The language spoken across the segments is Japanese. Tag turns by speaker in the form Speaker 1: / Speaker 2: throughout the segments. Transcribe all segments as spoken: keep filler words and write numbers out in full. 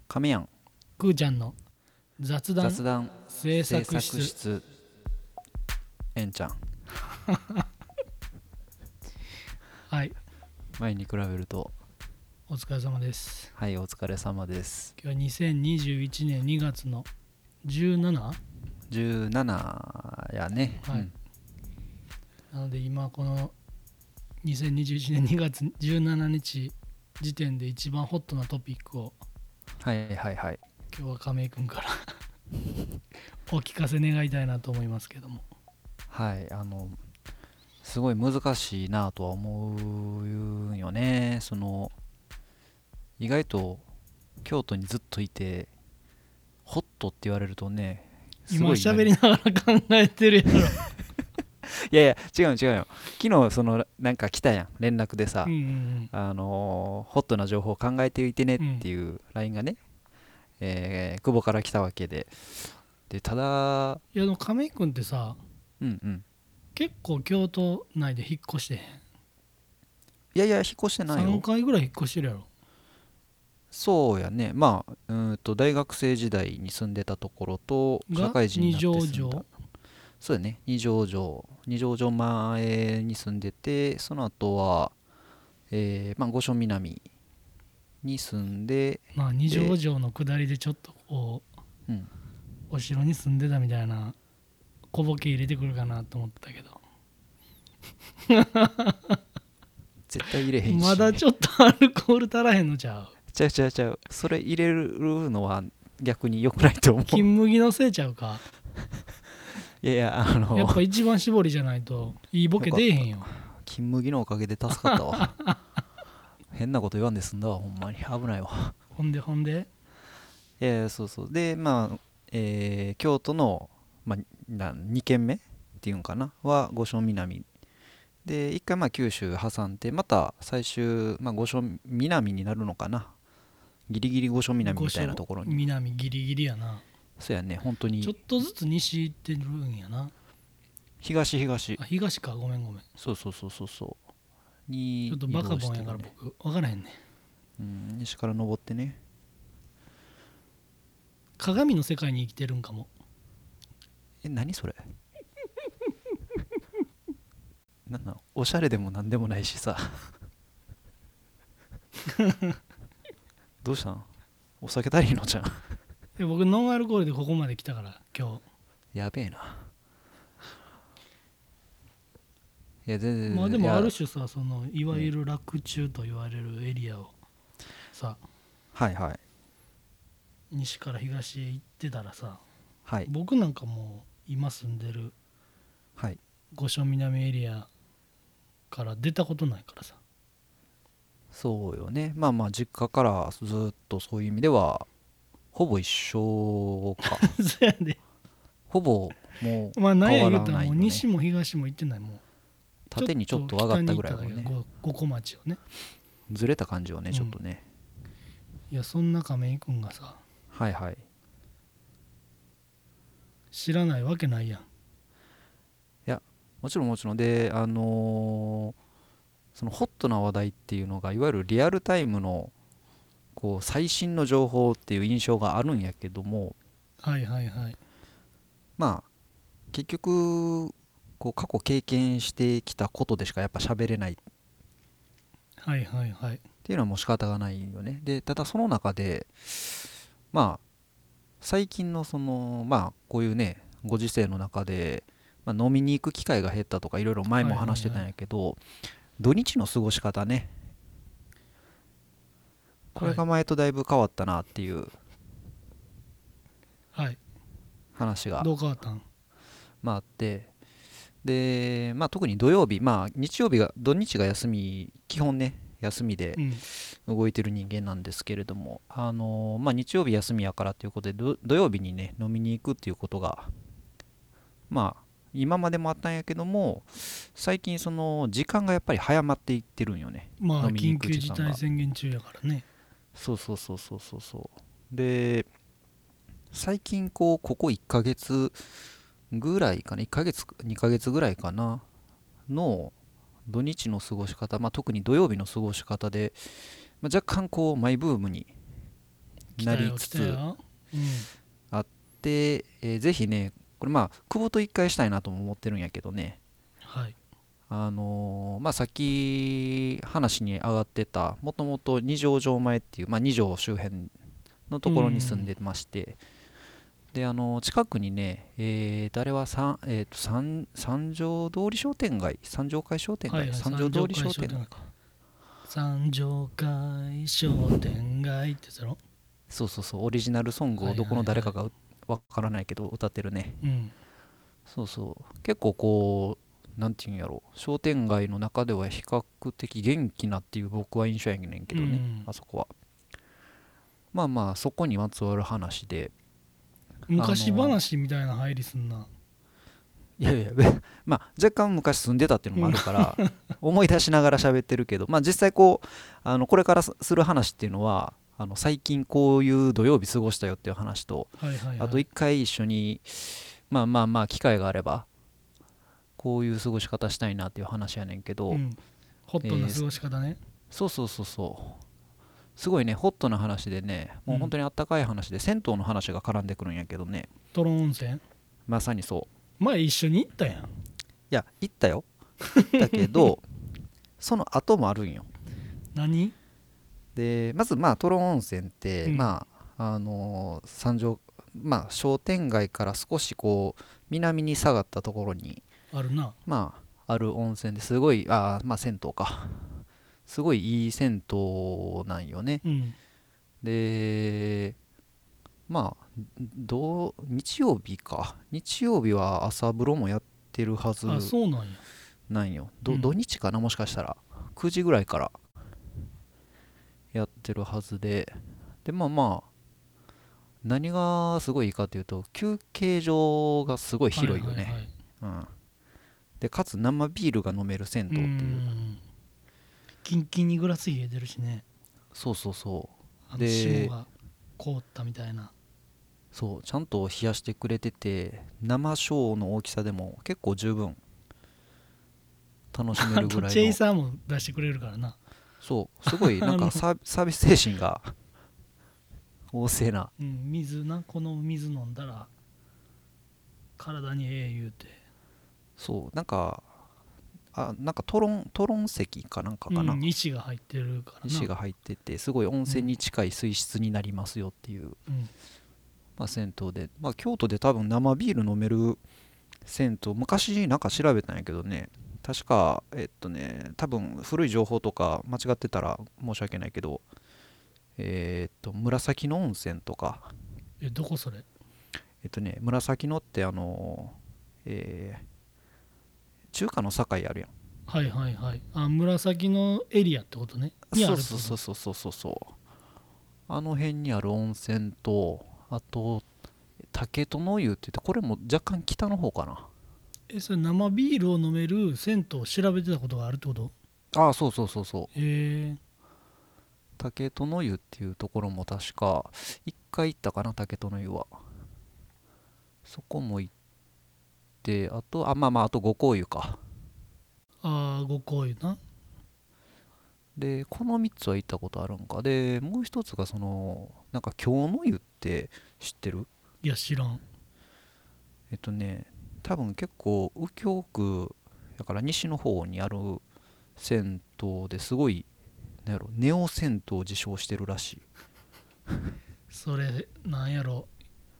Speaker 1: 亀やん
Speaker 2: くーちゃんの雑談
Speaker 1: 雑談
Speaker 2: 制
Speaker 1: 制
Speaker 2: 作室。
Speaker 1: 作室えんちゃん。
Speaker 2: はい、
Speaker 1: 前に比べると
Speaker 2: お疲れ様です。
Speaker 1: はいお疲れ様です。
Speaker 2: 今日はにせんにじゅういちねんにがつの じゅうなな?
Speaker 1: じゅうななやね。
Speaker 2: はい、
Speaker 1: うん、
Speaker 2: なので今このにせんにじゅういちねんにがつじゅうしちにち時点で一番ホットなトピックを
Speaker 1: はいはいはい。
Speaker 2: 今日は亀井くんからお聞かせ願いたいなと思いますけども。
Speaker 1: はいあのすごい難しいなとは思うんよね。その意外と京都にずっといてホットって言われるとね、す
Speaker 2: 今
Speaker 1: ごい何い
Speaker 2: 喋りながら考えてるやろ。
Speaker 1: やいや違うよ違うよ。昨日そのなんか来たやん連絡でさ、
Speaker 2: うんうん
Speaker 1: あのーホットな情報を考えていてねっ
Speaker 2: うんうん。
Speaker 1: ていう ライン がね、えー久保から来たわけで、でただ
Speaker 2: いやでも亀井くんってさ、
Speaker 1: うんうん
Speaker 2: 結構京都内で引っ越してへん？
Speaker 1: いやいや引っ越してない
Speaker 2: さん
Speaker 1: よ。
Speaker 2: かいぐらい引っ越してるやろ。
Speaker 1: そうやね。まあうーんと大学生時代に住んでたところと社
Speaker 2: が二
Speaker 1: 会人になって住んだ。
Speaker 2: 条城。
Speaker 1: そうやね、二条城二条城前に住んでて、その後は、えーまあ、御所南に住んで、
Speaker 2: まあ二条
Speaker 1: で、
Speaker 2: 城の下りでちょっとこ
Speaker 1: うん、
Speaker 2: うお城に住んでたみたいな小ボケ入れてくるかなと思ってたけど、
Speaker 1: 絶対入れへん
Speaker 2: まだ
Speaker 1: し。
Speaker 2: ちょっとアルコール足らへんのちゃう？
Speaker 1: ちゃうちゃうちゃう、それ入れるのは逆に良くないと思う。
Speaker 2: 金麦のせいちゃうか？
Speaker 1: いやいや、あの
Speaker 2: やっぱ一番搾りじゃないといいボケ
Speaker 1: よかった。
Speaker 2: 出えへんよ。
Speaker 1: 金麦のおかげで助かったわ。変なこと言わんで済んだわ、ほんまに危ないわ。
Speaker 2: ほんでほんで。
Speaker 1: いやいや、そうそう。で、まあ、えー京都の、まあ、なにけんめっていうんかなは御所南で、一回まあ九州挟んで、また最終、まあ、御所南になるのかな。ギリギリ御所南みたいな
Speaker 2: 御所
Speaker 1: ところに。
Speaker 2: 南ギリギリやな。
Speaker 1: そうやね、本当に
Speaker 2: ちょっとずつ西行ってるんやな。
Speaker 1: 東東。
Speaker 2: あ、東か。ごめんごめん。
Speaker 1: そうそうそうそうそう。に移
Speaker 2: ちょっとバカ
Speaker 1: 動
Speaker 2: ボンやから
Speaker 1: してるね。
Speaker 2: 僕分からへんね。
Speaker 1: うん、西から登ってね。
Speaker 2: 鏡の世界に生きてるんかも。
Speaker 1: え、何それ。なんなんおしゃれでもなんでもないしさ。どうしたん。お酒足りんのじゃん。
Speaker 2: で僕ノンアルコールでここまで来たから今
Speaker 1: やべえな。いや、全
Speaker 2: 日。
Speaker 1: 然全然。い
Speaker 2: まあでもある
Speaker 1: や、
Speaker 2: 種さ、そのいわゆ
Speaker 1: ね。
Speaker 2: る洛中と言われるエリアをさ、
Speaker 1: はいはい。
Speaker 2: 西から東へ行ってたらさ、
Speaker 1: はい。
Speaker 2: 僕なんかもう今住んでる
Speaker 1: はい。
Speaker 2: 御所南エリアから出たことないからさ。
Speaker 1: そうよね。まあまあ、実家からずっとそういう意味では、ほぼ一緒か。
Speaker 2: そやで。
Speaker 1: ほぼも
Speaker 2: まあなん
Speaker 1: う変わら
Speaker 2: や言うたら
Speaker 1: ないよね。
Speaker 2: もう西も東も行ってない。もうちょっ
Speaker 1: 縦にちょっ
Speaker 2: と
Speaker 1: と上がったぐ
Speaker 2: 北に行った
Speaker 1: らいもんね。
Speaker 2: だけ、五個町をね。
Speaker 1: ずれた感じをね、
Speaker 2: うん。
Speaker 1: ちょっとね。
Speaker 2: いやそんな亀井君がさ、
Speaker 1: はいはい。い
Speaker 2: 知らないわけないやん。
Speaker 1: や、もちろんもちろん。で、あのーそのホットな話題っていうのが、いわゆるリアルタイムの、こう、最新の情報っていう印象があるんやけども、
Speaker 2: はいはいはい
Speaker 1: まあ、結局、こう、過去経験してきたことでしかやっぱ喋れないっ
Speaker 2: はいはいはい。
Speaker 1: ていうのはもう仕方がないよね。で、ただその中で、まあ、最近のその、まあ、こういうね、ご時世の中で、まあ、飲みに行く機会が減ったとかいろいろ前
Speaker 2: はい
Speaker 1: も話してたん
Speaker 2: はいはい。
Speaker 1: やけど、土日の過ごし方ね、これ
Speaker 2: はい
Speaker 1: が前とだいぶ変わったなっていう
Speaker 2: はい。
Speaker 1: 話が、
Speaker 2: どう変わったん？
Speaker 1: まあ、あって、で、まあ、特に土曜日、まあ、日曜日が、土日が休み、基本ね、休みで
Speaker 2: うん。
Speaker 1: 動いてる人間なんですけれども、あのーまあ、日曜日休みやからということで、ど土曜日にね、飲みに行くっていうことが、まあ、今までもあったんやけども、最近その時間がやっぱり早まっていってるんよね。
Speaker 2: まあ
Speaker 1: 飲みに行く
Speaker 2: 緊急事
Speaker 1: 時間が。
Speaker 2: 態宣言中やからね。
Speaker 1: そうそうそうそうそうそう。で、最近こう、ここいっかげつぐらいかな、いっかげつ、にかげつぐらいかな、の土日の過ごし方、まあ特に土曜日の過ごし方で、まあ、若干こう、マイブームにな
Speaker 2: 来たよ
Speaker 1: りつつ
Speaker 2: 来たよ。うん。
Speaker 1: あって、えーぜひね、これまあ久保と一回したいなとも思ってるんやけどね、
Speaker 2: はい
Speaker 1: あのーまあさっき話に上がってた、もともと二条城前っていう、まあ、二条周辺の
Speaker 2: う
Speaker 1: ところに住ん
Speaker 2: ん。
Speaker 1: でまして、で、あのー近くにね、えー、誰は三、えーと、三、三条通り商店街、三条会商店街、
Speaker 2: はいはい、
Speaker 1: 三条通
Speaker 2: 三条
Speaker 1: り商店街、
Speaker 2: 会商店街か。三条会商店街ってやつだろ。
Speaker 1: そうそうそう、オリジナルソング
Speaker 2: はい
Speaker 1: をどこの
Speaker 2: はいはい。
Speaker 1: 誰かがうわからないけど歌ってるね。
Speaker 2: うん。
Speaker 1: そうそう。結構こう、なんていうんやろ、商店街の中では比較的元気なっていう僕は印象やねんけどね、
Speaker 2: うん。
Speaker 1: あそこは。まあまあ、そこにまつわる話で、あ
Speaker 2: 昔
Speaker 1: の、
Speaker 2: 話みたいな入りすんな。
Speaker 1: いやいや、べまあ若干昔住んでたっていうのもあ
Speaker 2: うん。
Speaker 1: るから、思い出しながら喋ってるけど、まあ実際こう、あの、これからすする話っていうのは、あの最近こういう土曜日過ごしたよっていう話と、
Speaker 2: はいはい
Speaker 1: あと
Speaker 2: はい。
Speaker 1: 一回一緒に、まあまあまあ機会があれば、こういう過ごし方したいなっていう話やねんけど、
Speaker 2: うん。ホットな過
Speaker 1: えー
Speaker 2: ごし方ね。
Speaker 1: そうそうそうそう。すごいね、ホットな話でね、
Speaker 2: うん。
Speaker 1: もう本当にあったかい話で、銭湯の話が絡んでくるんやけどね、
Speaker 2: トロン温泉。
Speaker 1: まさにそう。
Speaker 2: 前一緒に行ったやん。
Speaker 1: いや、行ったよ。行ったけど、その後もあるんよ。
Speaker 2: 何？
Speaker 1: で、まず、まあ、トロン温泉って、
Speaker 2: うん。
Speaker 1: まあ、あのー三条、まあ、商店街から少しこう、南に下がったところに、
Speaker 2: あるな。
Speaker 1: まあ、ある温泉ですごい、あー、まあ、銭湯か。すごいいい銭湯なんよね。
Speaker 2: うん。
Speaker 1: で、まあ、どう、日曜日か。日曜日は朝風呂もやってるは
Speaker 2: あ、
Speaker 1: ず
Speaker 2: そうなんや。
Speaker 1: なんよ。ど、土
Speaker 2: うん。
Speaker 1: 日かな、もしかしたら。くじぐらいからやってるはずで。で、まあまあ、何がすごいいいかというと、休憩所がすごい
Speaker 2: はい
Speaker 1: 広いよね。
Speaker 2: はいはい。
Speaker 1: うん。で、かつ生ビールが飲める銭
Speaker 2: うー
Speaker 1: 湯っていう。
Speaker 2: ん。キンキンにグラス冷えてるしね。
Speaker 1: そうそうそう。
Speaker 2: あの霜
Speaker 1: で、
Speaker 2: が凍ったみたいな。
Speaker 1: そう、ちゃんと冷やしてくれてて、生小の大きさでも結構十分楽しめるぐ
Speaker 2: あとチェイ
Speaker 1: らいの、
Speaker 2: サーも出してくれるからな。
Speaker 1: そう、すごいなん
Speaker 2: あの、
Speaker 1: かサー、サービス精神が旺盛な、
Speaker 2: うん、水な、この水飲んだら体にええ言うて。
Speaker 1: そう、なんか、あ、なんかトロン、トロン石かなんかかな。
Speaker 2: うん、石が入ってるからな。
Speaker 1: 石が入ってて、すごい温
Speaker 2: うん。
Speaker 1: 泉に近い水質になりますよっていう、
Speaker 2: うん。
Speaker 1: まあ、銭湯で、まあ、京都で多分生ビール飲める銭湯、昔なんか調べたんやけどね、確か、えっとね、多分古い情報とか間違ってたら申し訳ないけど、えーっと、紫の温泉とか、
Speaker 2: え、どこそれ？
Speaker 1: えっとね、紫のってあの、えー中華の堺あるやん。
Speaker 2: はいはいはい。あ、紫のエリアってことね。に
Speaker 1: そう
Speaker 2: あるってこと？
Speaker 1: そうそうそうそうそうそう。あの辺にある温泉と、あと、竹殿湯って言って、これも若干北の方かな。
Speaker 2: え、それ生ビールを飲める銭湯を調べてたことがあるってこと？
Speaker 1: ああ、そうそうそうそう。
Speaker 2: へえ。
Speaker 1: 竹殿湯っていうところも確か、一回行ったかな、竹殿湯は。そこも行って、あと、あ、まあまあ、あと五香湯か。
Speaker 2: ああ、ご厚意な。
Speaker 1: で、このみっつは行ったことあるんか。で、もう一つが、その、なんか京の湯って知ってる？
Speaker 2: いや、知らん。
Speaker 1: えっとね、多分結構、右京区、だから西の方にある銭湯ですごい、なんやろ、ネオ銭湯を自称してるらしい。
Speaker 2: それ、なんやろ。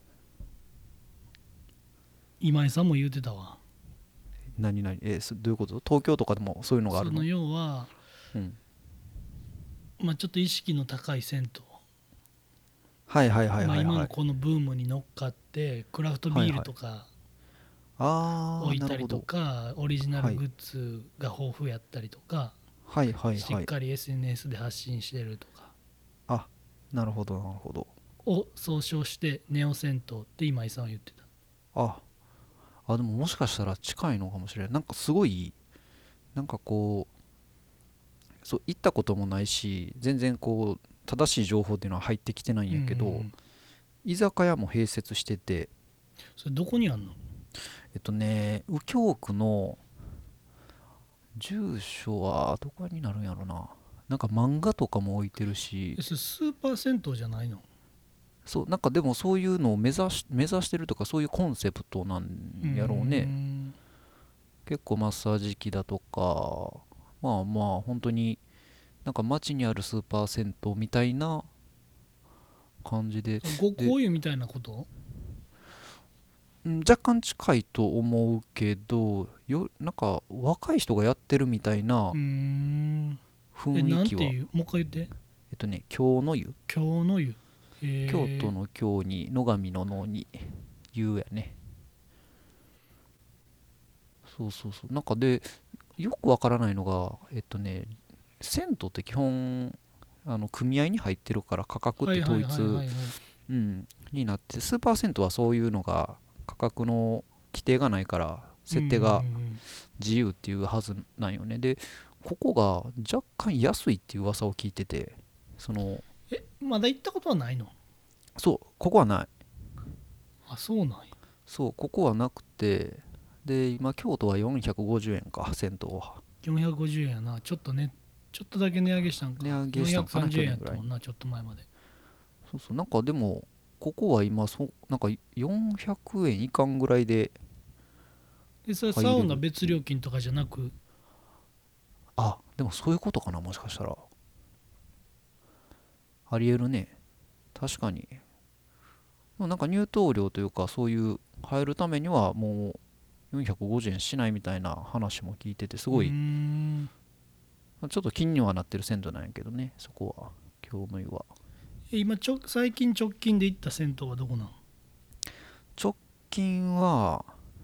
Speaker 2: 今井さんも言うてたわ。
Speaker 1: 何々、えーどういうこと？東京とかでもそういうのがあ
Speaker 2: その
Speaker 1: るの？
Speaker 2: 要は、
Speaker 1: うん。
Speaker 2: まあ、ちょっと意識の高い銭湯。
Speaker 1: はいはいはい
Speaker 2: まあ、
Speaker 1: はいはい。
Speaker 2: 今のこのブームに乗っかってクラフトビール
Speaker 1: はいはい。
Speaker 2: とか
Speaker 1: あー、
Speaker 2: 置いたりと
Speaker 1: なるほど。
Speaker 2: かオリジナル
Speaker 1: はい。
Speaker 2: グッズが豊富やったりとか
Speaker 1: はいはいはい。
Speaker 2: しっかり エスエヌエス で発信してるとか
Speaker 1: あ、なるほどなるほど。
Speaker 2: を総称してネオ銭湯って今井さんは言ってた。
Speaker 1: あ、あ、でももしかしたら近いのかもしれない。なんかすごい、なんかこう、そう、行ったこともないし、全然こう、正しい情報っていうのは入ってきてないん
Speaker 2: うんうんう
Speaker 1: やけど、
Speaker 2: ん。
Speaker 1: 居酒屋も併設してて、
Speaker 2: それどこにあんの？
Speaker 1: えっとね、右京区の住所はどこになるんやろな。なんか漫画とかも置いてるし、
Speaker 2: え、それスーパー銭湯じゃないの？
Speaker 1: そうなんかでもそういうのを目指し目指してるとかそういうコンセプトなんやろうね。
Speaker 2: ん。
Speaker 1: 結構マッサージ機だとかまあまあ本当になんか街にあるスーパー銭湯みたいな感じで、
Speaker 2: そのご
Speaker 1: で
Speaker 2: 香湯みたいなこと？
Speaker 1: うん若干近いと思うけどよなんか若い人がやってるみたいな
Speaker 2: うーん。え、
Speaker 1: 雰囲気は。
Speaker 2: なんていう、もう一回言って。
Speaker 1: えっとね京の湯、
Speaker 2: 京の湯。
Speaker 1: 京
Speaker 2: え
Speaker 1: 都の京に野上の野に湯やね。そうそうそうなんかでよくわからないのがえっとね銭湯って基本あの組合に入ってるから価格っ
Speaker 2: ー、は
Speaker 1: て
Speaker 2: いはいはいは
Speaker 1: 統一、
Speaker 2: いはい。
Speaker 1: うん、になってスーパー銭湯はそういうのが価格の規定がないから
Speaker 2: うんうんう
Speaker 1: 設定が
Speaker 2: ん。
Speaker 1: 自由っていうはずなんよね。でここが若干安いっていう噂を聞いてて、その
Speaker 2: え、まだ行ったことはないの？
Speaker 1: そうここはない。
Speaker 2: あ、そうなんや。
Speaker 1: そうここはなくて、で今京都はよんひゃくごじゅうえんか銭湯は。
Speaker 2: よんひゃくごじゅうえんやな。ちょっとね、ちょっとだけ値上げしたん
Speaker 1: 値
Speaker 2: か。
Speaker 1: 上げしたんかな
Speaker 2: 430円
Speaker 1: 去年ぐらいに。
Speaker 2: やったもんな、ちょっと前まで。
Speaker 1: そうそうなんかでもここは今そなんかよんひゃくえんいかんぐらいで
Speaker 2: で、それサ
Speaker 1: 入れ
Speaker 2: ウナ
Speaker 1: るっていう。
Speaker 2: 別料金とかじゃなく、
Speaker 1: あでもそういうことかな、もしかしたらありえるね。確かに。でもなんか入湯料というかそういう入るためにはもうよんひゃくごじゅうえんしないみたいな話も聞いてて、す
Speaker 2: うー
Speaker 1: ごい
Speaker 2: ん。
Speaker 1: ちょっと気にはなってる銭湯なんやけどね、そこは。今日の湯は
Speaker 2: え今ちょ、最近直近で行った銭湯はどこなん？
Speaker 1: 直近は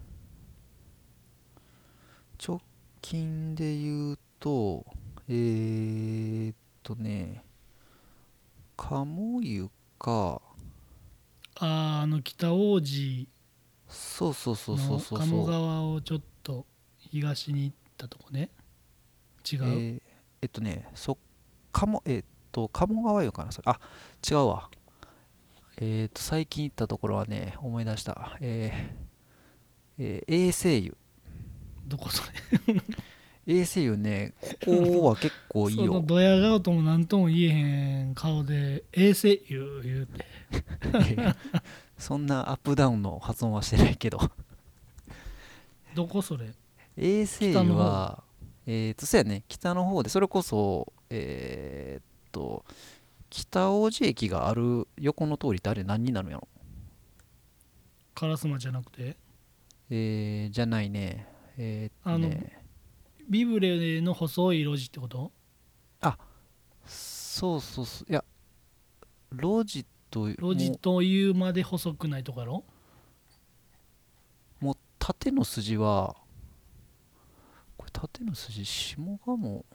Speaker 1: 直近で言うとえー、っとね鴨湯か。
Speaker 2: あー、あの北大路
Speaker 1: そうそうそうそう
Speaker 2: の鴨
Speaker 1: そうそ
Speaker 2: 川をちょっと東に行ったとこね。違
Speaker 1: う。え
Speaker 2: う？
Speaker 1: ー、えっとねそ鴨えっと鴨川湯かなそれ。あ違うわ。えっと最近行ったところはね思い出した。えー、えー衛生湯。
Speaker 2: どこそれ？
Speaker 1: 衛生湯ねここは結構いいよ。
Speaker 2: そのドヤ顔とも何とも言えへん顔で衛生言う言うて。
Speaker 1: いやいやそんなアップダウンの発音はしてないけど
Speaker 2: どこそれ？
Speaker 1: 衛生湯
Speaker 2: 北の方？
Speaker 1: はえっとそうやね北の方で、それこそえーっと北大路駅がある横の通りってあれ何になるんやろ。
Speaker 2: 烏丸じゃなくて、
Speaker 1: えー、じゃないね。えーっ
Speaker 2: あの
Speaker 1: とね
Speaker 2: ビブレの細い路地ってこと？
Speaker 1: あそうそうそういや路地と
Speaker 2: 路地
Speaker 1: も
Speaker 2: というまで細くないとこやろ？
Speaker 1: うもう縦の筋はこれ縦の筋下鴨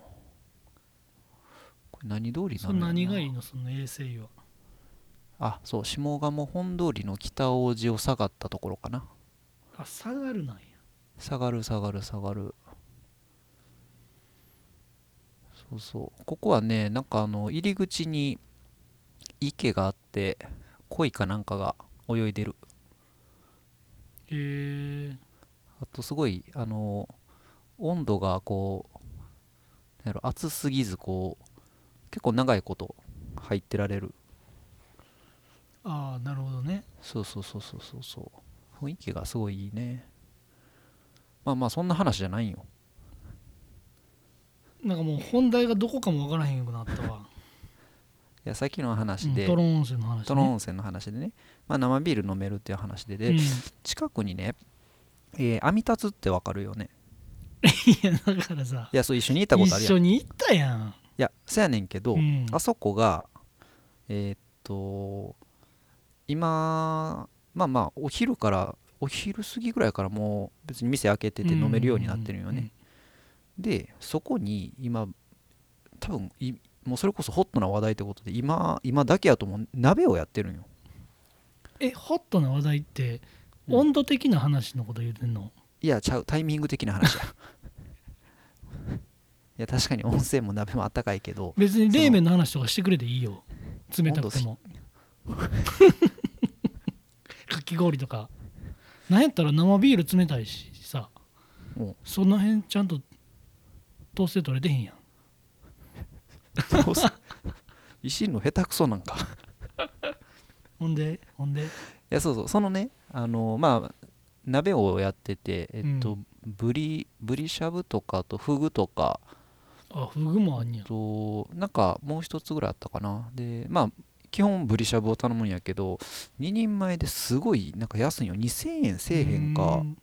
Speaker 1: これ何通りにな
Speaker 2: それ
Speaker 1: るんやろな。
Speaker 2: 何がいいの、その衛生油は？
Speaker 1: あそう下鴨本通りの北大路を下がったところかな。
Speaker 2: あ、下がるなんや。
Speaker 1: 下がる下がる下がる。そうそうここはねなんかあの入り口に池があって鯉かなんかが泳いでる。
Speaker 2: へえ。
Speaker 1: あとすごいあの温度がこうなんやろ熱すぎずこう結構長いこと入ってられる。
Speaker 2: ああ、なるほどね。
Speaker 1: そうそうそうそうそうそう雰囲気がすごいいいね。まあまあそんな話じゃないんよ。
Speaker 2: なんかもう本題がどこかもわからへんよくなったわ。
Speaker 1: いやさっきの
Speaker 2: うん、
Speaker 1: 話で
Speaker 2: トロン温泉の話ね。
Speaker 1: トロン温泉の話でね、まあ、生ビール飲めるっていう話でで
Speaker 2: うん。い
Speaker 1: 近くにね、えー、アミタツってわかるよね。
Speaker 2: や、だからさ、
Speaker 1: いやそう一緒に行ったこ
Speaker 2: 一
Speaker 1: とあるやん。い
Speaker 2: 緒に行ったやん。
Speaker 1: やそやねんけど
Speaker 2: うん。
Speaker 1: あそこがえーっと今まあまあお昼からお昼過ぎぐらいからもう別に店開けて
Speaker 2: うんうんう
Speaker 1: て飲めるようになってるんよね。
Speaker 2: ん。
Speaker 1: でそこに今多分いもうそれこそホットな話題ってことで今今だけやと思う鍋をやってるんよ。
Speaker 2: え、ホットな話題って、
Speaker 1: うん
Speaker 2: 温度的な話のこと言うてんの？
Speaker 1: いやちゃうタイミング的な話やいや確かに温泉も鍋もあったかいけど
Speaker 2: 別に
Speaker 1: その
Speaker 2: 冷麺の話とかしてくれていいよ。冷たくても。かき氷とか。なんやったら生ビール冷たいしさ、
Speaker 1: も
Speaker 2: その辺ちゃんと統制取れてへんやん。
Speaker 1: うどうす石の下手くそなんか
Speaker 2: ほんでほんで
Speaker 1: いやそうそうそのねあのまあ鍋をやっててえっと、
Speaker 2: うん、
Speaker 1: ブリブリしゃぶとかあとフグとか
Speaker 2: あフグもあ
Speaker 1: あ
Speaker 2: んや。
Speaker 1: となんかもう一つぐらいあったかなでまあ基本ブリしゃぶを頼むんやけどににんまえですごいなんか安いよにせんえん
Speaker 2: うー
Speaker 1: せえへんか
Speaker 2: ん。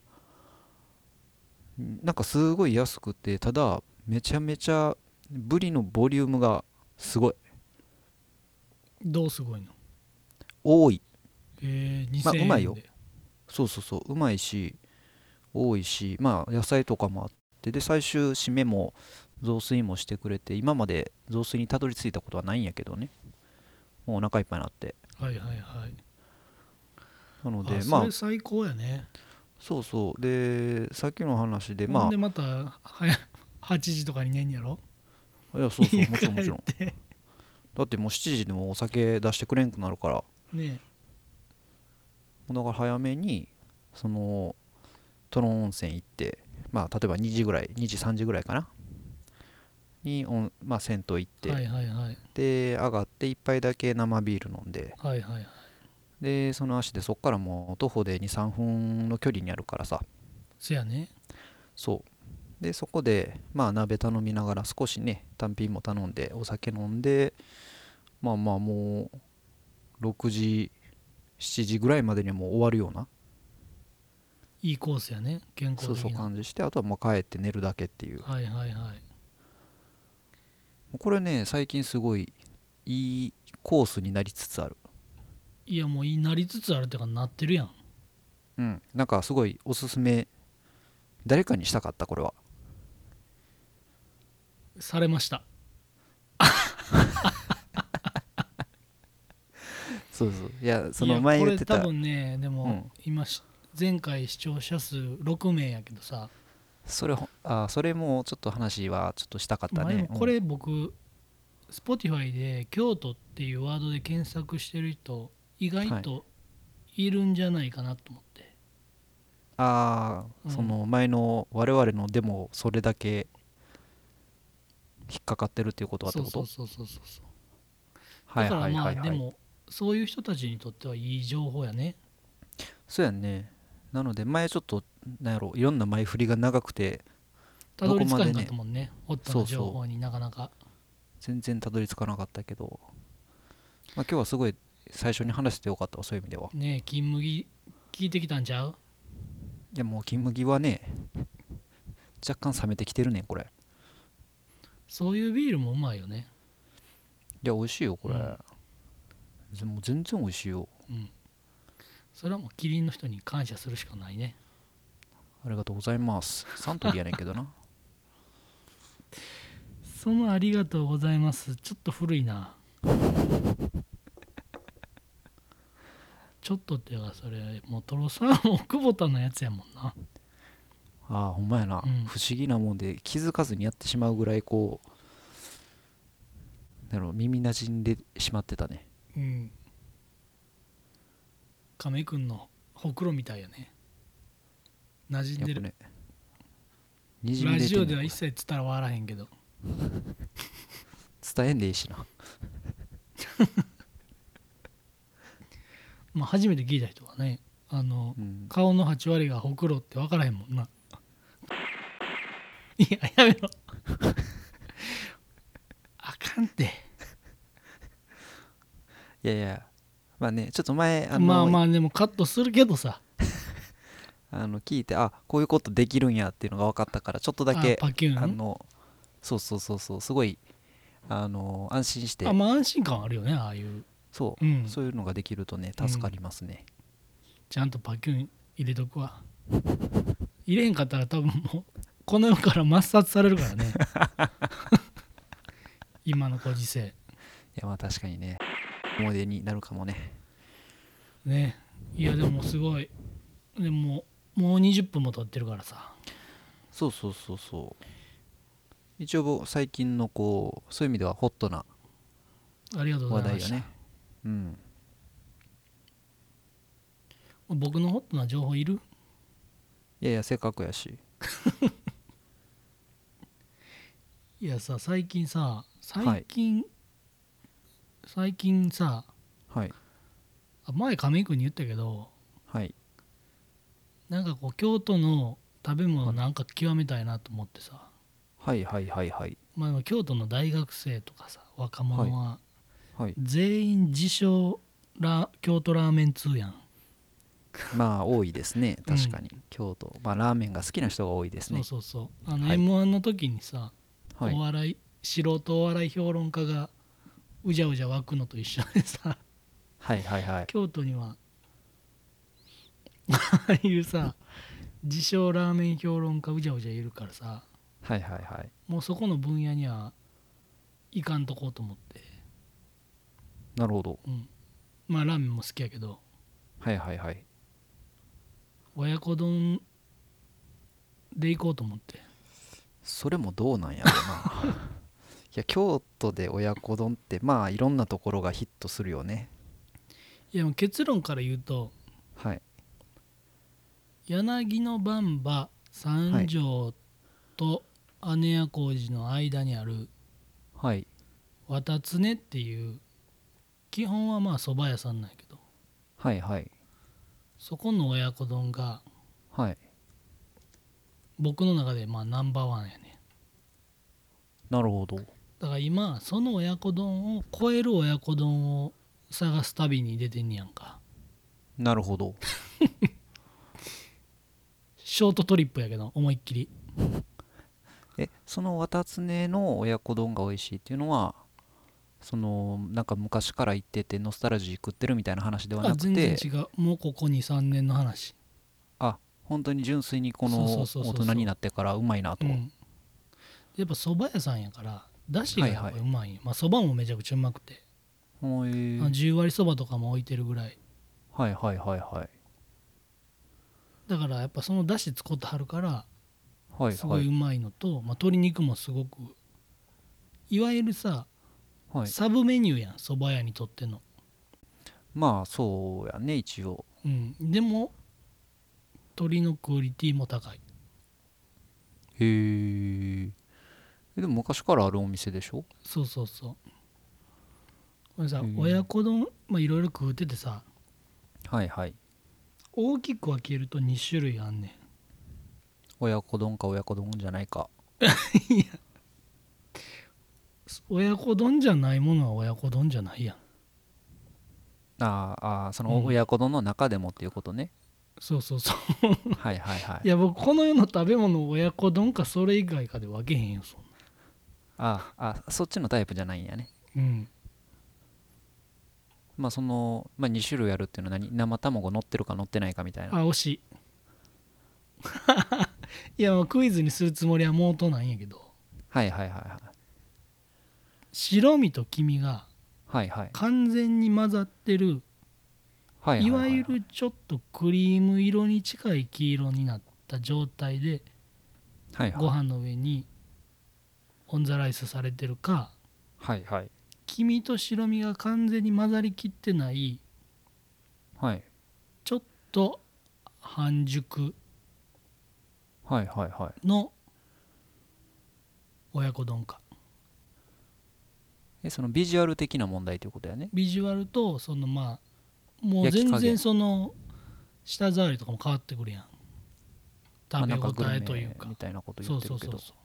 Speaker 1: なんかすごい安くてただめちゃめちゃブリのボリュームがすごい
Speaker 2: どうすごいの？
Speaker 1: 多い
Speaker 2: えー、
Speaker 1: まあ
Speaker 2: 2000
Speaker 1: うまいよ
Speaker 2: 円で。
Speaker 1: そうそうそううまいし多いしまあ野菜とかもあってで最終締めも雑炊もしてくれて今まで雑炊にたどり着いたことはないんやけどねもうお腹いっぱいになって
Speaker 2: はいはいはい。
Speaker 1: なの
Speaker 2: あ
Speaker 1: でまあ
Speaker 2: それ最高やね。
Speaker 1: そうそうでさっきの話でま
Speaker 2: ほんでまたはやはちじとかに寝んやろ？
Speaker 1: あいやそうそうもち
Speaker 2: 家帰
Speaker 1: ろんもちろん
Speaker 2: って
Speaker 1: だってもうしちじでもお酒出してくれんくなるから
Speaker 2: ね。
Speaker 1: だから早めにそのトロン温泉行ってまあ例えばにじぐらいにじさんじぐらいかなにおん、まあ、銭湯行って
Speaker 2: はいはいはい
Speaker 1: で上がって一杯だけ生ビール飲んで
Speaker 2: はいはいはい。
Speaker 1: でその足でそっからもう徒歩でにさんぷんの距離にあるからさ
Speaker 2: せやね。
Speaker 1: そうでそこでまあ鍋頼みながら少しね単品も頼んでお酒飲んでまあまあもうろくじしちじぐらいまでにはもう終わるようない
Speaker 2: いコースやね、健
Speaker 1: そうそう
Speaker 2: 康的な。
Speaker 1: 感じしてあとはもう帰って寝るだけっていう
Speaker 2: はいはいはい。
Speaker 1: これね最近すごいいいコースになりつつある
Speaker 2: いやもういいなりつつあるってかなってるやん。
Speaker 1: うんなんかすごいおすすめ誰かにしたかったこれは
Speaker 2: されました。
Speaker 1: そうそういやそ
Speaker 2: いや
Speaker 1: の前
Speaker 2: これ多
Speaker 1: 言ってた
Speaker 2: 分ね、でも
Speaker 1: うん
Speaker 2: 今し前回視聴者数ろくめいやけどさ、
Speaker 1: それほあそれもちょっと話はちょっとしたかった
Speaker 2: まあでもこ
Speaker 1: ねうん
Speaker 2: れ僕 Spotify で京都っていうワードで検索してる人意外
Speaker 1: はい
Speaker 2: といるんじゃないかなと思って。
Speaker 1: ああそ
Speaker 2: うん、
Speaker 1: の前の我々のでもそれだけ引っかかってるっていうことはってこと
Speaker 2: そうそうそうそうそうそう。だ
Speaker 1: はい
Speaker 2: から
Speaker 1: はいはいはい
Speaker 2: まあでもそういう人たちにとってはいい情報やね。
Speaker 1: そうやんねなので前ちょっとなんやろいろんな前振りが長くて
Speaker 2: た
Speaker 1: ど
Speaker 2: どり着かへんかっ
Speaker 1: こまでね
Speaker 2: たもんね、ホットな
Speaker 1: そうそう
Speaker 2: 情報になかなか。
Speaker 1: 全然たどり着かなかったけど、まあ、今日はすごい最初に話してよかったわそういう意味では
Speaker 2: ねえ金麦聞いてきたんちゃう？
Speaker 1: いやもう金麦はね若干冷めてきてるねんこれ
Speaker 2: そういうビールもうまいよね。
Speaker 1: いや美味しいよこれ、
Speaker 2: うん
Speaker 1: ぜもう全然美味しいよ
Speaker 2: うん。それはもうキリンの人に感謝するしかないね。
Speaker 1: ありがとうございますサントリーやねんけどな
Speaker 2: そのありがとうございますちょっと古いな。ちょっとっていうかそれもうトロサーモン久保田のやつやもんな。
Speaker 1: ああほんまやな、
Speaker 2: うん
Speaker 1: 不思議なもんで気づかずにやってしまうぐらいこうなんだろう耳なじんでしまってたね
Speaker 2: うん。亀井くんのほくろみたいやね。馴染んでる。
Speaker 1: やっぱねにじみ
Speaker 2: ラ
Speaker 1: 出
Speaker 2: ジオでは一
Speaker 1: てんねんこれ
Speaker 2: 切伝わらへんけど。
Speaker 1: 伝えんでいいしな
Speaker 2: まあ初めて聞いた人はね、あの
Speaker 1: うん
Speaker 2: 顔のはち割がほくろって分からへんもんな。いややめろ。あかんて。
Speaker 1: いやいやまあねちょっと前あの
Speaker 2: まあまあでもカットするけどさ。
Speaker 1: あの聞いてあこういうことできるんやっていうのが分かったからちょっとだ
Speaker 2: あ
Speaker 1: け
Speaker 2: パキューン。
Speaker 1: あのそうそうそうそうすごいあの安心して
Speaker 2: あまあ安心感あるよね、ああいう。
Speaker 1: そ
Speaker 2: うん
Speaker 1: うそういうのができるとね助かりますね、
Speaker 2: ちゃんとパキューン入れとくわ。入れへんかったら多分もうこの世から抹殺されるからね。今のご時世
Speaker 1: いやまあ確かにね思い出になるかもね
Speaker 2: ね。いやでもすごい。でももうにじゅっぷんも経ってるからさ。
Speaker 1: そうそうそうそう一応最近のこうそういう意味ではホットな
Speaker 2: ありがとうございました。
Speaker 1: 話題がねうん
Speaker 2: 僕のホットな情報いる？
Speaker 1: いやいやせっかくやし
Speaker 2: いやさ最近さ
Speaker 1: はい
Speaker 2: 最近最近さ
Speaker 1: はい
Speaker 2: あ前亀井君に言ったけど、
Speaker 1: はい
Speaker 2: なんかこう京都の食べ物
Speaker 1: はい
Speaker 2: なんか極めたいなと思ってさ、
Speaker 1: はいはいはいはい
Speaker 2: まあ、でも京都の大学生とかさ若
Speaker 1: はい
Speaker 2: 者は
Speaker 1: はい
Speaker 2: 全員自称ラ京都ラーメン通やん。
Speaker 1: まあ多いですね
Speaker 2: うん、
Speaker 1: 確かに京都まあラーメンが好きな人が多いです
Speaker 2: そう
Speaker 1: ね。
Speaker 2: そうそう。あの
Speaker 1: はい
Speaker 2: エムワン の時にさ、
Speaker 1: はい
Speaker 2: お笑い素人お笑い評論家がうじゃうじゃ湧くのと一緒でさ、
Speaker 1: はいはいはい
Speaker 2: 京都にはああいうさ自称ラーメン評論家うじゃうじゃいるからさ、
Speaker 1: はいはいはい
Speaker 2: もうそこの分野にはいかんとこうと思って、
Speaker 1: なるほど。
Speaker 2: うん、まあラーメンも好きやけど
Speaker 1: はいはいはい。
Speaker 2: 親子丼で行こうと思って。
Speaker 1: それもどうなんやろうな。いや京都で親子丼ってまあいろんなところがヒットするよね。
Speaker 2: いやもう結論から言うと、
Speaker 1: はい
Speaker 2: 柳の番場
Speaker 1: はい
Speaker 2: 三条と姉屋小路の間にある
Speaker 1: はい
Speaker 2: 綿常っていう基本はまあ蕎麦屋さんなんやけど、
Speaker 1: はいはい
Speaker 2: そこの親子丼が
Speaker 1: はい
Speaker 2: 僕の中でまあナンバーワンやね。
Speaker 1: なるほど。
Speaker 2: だから今その親子丼を超える親子丼を探す旅に出てんねやんか。
Speaker 1: なるほど。
Speaker 2: ショートトリップやけど思いっきり。
Speaker 1: えその綿常の親子丼が美味しいっていうのはそのなんか昔から行っててノスタルジー食ってるみたいな話では
Speaker 2: あ
Speaker 1: なくて、
Speaker 2: 全然違う、もうここにさんねんの話。
Speaker 1: あ本当に純粋にこ
Speaker 2: そうそう
Speaker 1: の
Speaker 2: そうそうそう。
Speaker 1: 大人になってからうまいなと。
Speaker 2: うんやっぱ蕎麦屋さんやからだしがやっ
Speaker 1: はいはい
Speaker 2: ぱうまいんよ。まあ蕎麦もめちゃくちゃうまくて、
Speaker 1: ほえー
Speaker 2: あのじゅう割蕎麦とかも置いてるぐらい
Speaker 1: はいはいはいはい
Speaker 2: だからやっぱそのだし使ってはるからすご
Speaker 1: はいはい
Speaker 2: いうまいのと、まあ、鶏肉もすごくいわゆるさ
Speaker 1: はい
Speaker 2: サブメニューやん蕎麦屋にとっての。
Speaker 1: まあそうやね一応。
Speaker 2: うんでも鶏のクオリティも高い。
Speaker 1: へえ。でも昔からあるお店でしょ？
Speaker 2: そうそうそう。これさ
Speaker 1: へえ。
Speaker 2: 親子丼まあいろいろ食うててさ、
Speaker 1: はいはい。
Speaker 2: 大きく分けるとに種類あんね
Speaker 1: 親子丼か親子丼じゃないか。
Speaker 2: ん。いや親子丼じゃないものは親子丼じゃないやん。
Speaker 1: あーあーその
Speaker 2: うん
Speaker 1: 親子丼の中でもっていうことね。
Speaker 2: そうそうそう。
Speaker 1: はいはいはい。
Speaker 2: いや僕この世の食べ物を親子丼かそれ以外かで分けへんよそんな。
Speaker 1: ああそっちのタイプじゃないんやね。
Speaker 2: うん
Speaker 1: まあその、まあ、に種類あるっていうのは何生卵乗ってるか乗ってないかみたいな。
Speaker 2: あ惜しい。いやもうクイズにするつもりはもうとなんやけど、
Speaker 1: はいはいはいはい
Speaker 2: 白身と黄身が
Speaker 1: はいはい
Speaker 2: 完全に混ざってる、
Speaker 1: はいはいはいはい
Speaker 2: いわゆるちょっとクリーム色に近い黄色になった状態で
Speaker 1: はいはい
Speaker 2: ご飯の上にオンザライスされてるか、
Speaker 1: はいはい
Speaker 2: 黄身と白身が完全に混ざりきってない
Speaker 1: はい
Speaker 2: ちょっと半熟
Speaker 1: はいはいはい
Speaker 2: の親子丼か。
Speaker 1: えそのビジュアル的な問題ということやね。
Speaker 2: ビジュアルとそのまあもう全然
Speaker 1: 焼き加減、
Speaker 2: その舌触りとかも変わってくるやん、
Speaker 1: まあ、
Speaker 2: 食べ応
Speaker 1: なんかグル
Speaker 2: えというか。
Speaker 1: メみたいなこと言
Speaker 2: そう
Speaker 1: ってるけど。
Speaker 2: そうそうそ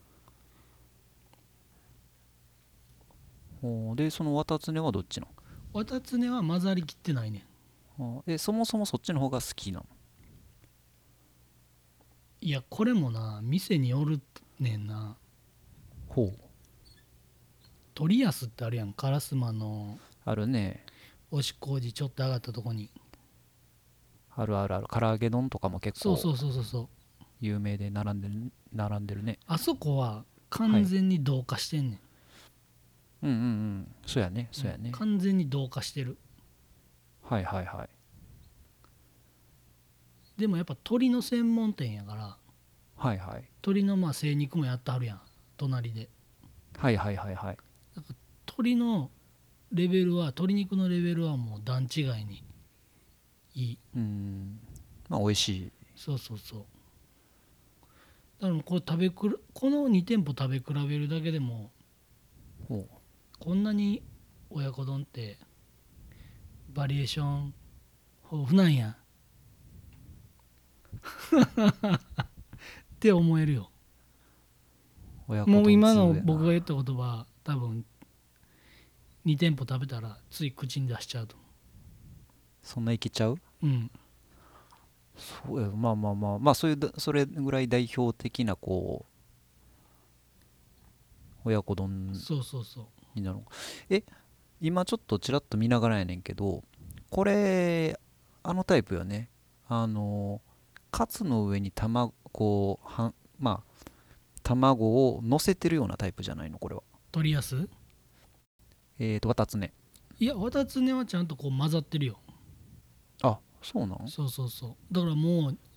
Speaker 1: ほうでその綿常はどっちな
Speaker 2: う。綿常は混ざりきってないねん。
Speaker 1: の？えそもそもそっちの方が好きなの？
Speaker 2: いやこれもな店によるねんな。
Speaker 1: ほう
Speaker 2: 鳥安ってあるやん、烏丸の
Speaker 1: あるね。
Speaker 2: 押し麹ちょっと上がったとこに。
Speaker 1: あるあるある。唐揚げ丼とかも結構
Speaker 2: そうそうそうそうそう。
Speaker 1: 有名で並んでる並んでるね。
Speaker 2: あそこは完
Speaker 1: はい
Speaker 2: 全に同化してんね
Speaker 1: うんうんうんそうやね
Speaker 2: ん、うん、
Speaker 1: そうやね。
Speaker 2: 完全に同化してる。
Speaker 1: はいはいはい
Speaker 2: でもやっぱ鶏の専門店やから
Speaker 1: はいはい
Speaker 2: 鶏のまあ精肉もやってはるやん隣で。
Speaker 1: はいはいはいはい
Speaker 2: だから鶏のレベルは鶏肉のレベルはもう段違いにいい。
Speaker 1: うーんまあ美味しい。
Speaker 2: そうそうそう。だからこれ食べくるこのに店舗食べ比べるだけでも
Speaker 1: ほう
Speaker 2: こんなに親子丼ってバリエーション豊富なんやって思えるよ。
Speaker 1: 親子丼
Speaker 2: もう今
Speaker 1: 通やな。
Speaker 2: の僕が言った言葉多分に店舗食べたらつい口に出しちゃうと
Speaker 1: そんないけちゃう？
Speaker 2: 思う。うん
Speaker 1: そうや、まあまあまあまあ、そういうだそれぐらい代表的なこう親子丼
Speaker 2: そうそうそう。
Speaker 1: になるのか。え、今ちょっとちらっと見ながらやねんけど、これあのタイプよね。あのカツの上に卵こうはんまあ卵を乗せてるようなタイプじゃないのこれは。
Speaker 2: 取りやす
Speaker 1: えーとわたつね。
Speaker 2: いや綿つねはちゃんとこう混ざってるよ。
Speaker 1: あ、そうなん？
Speaker 2: そうそうそうだからもう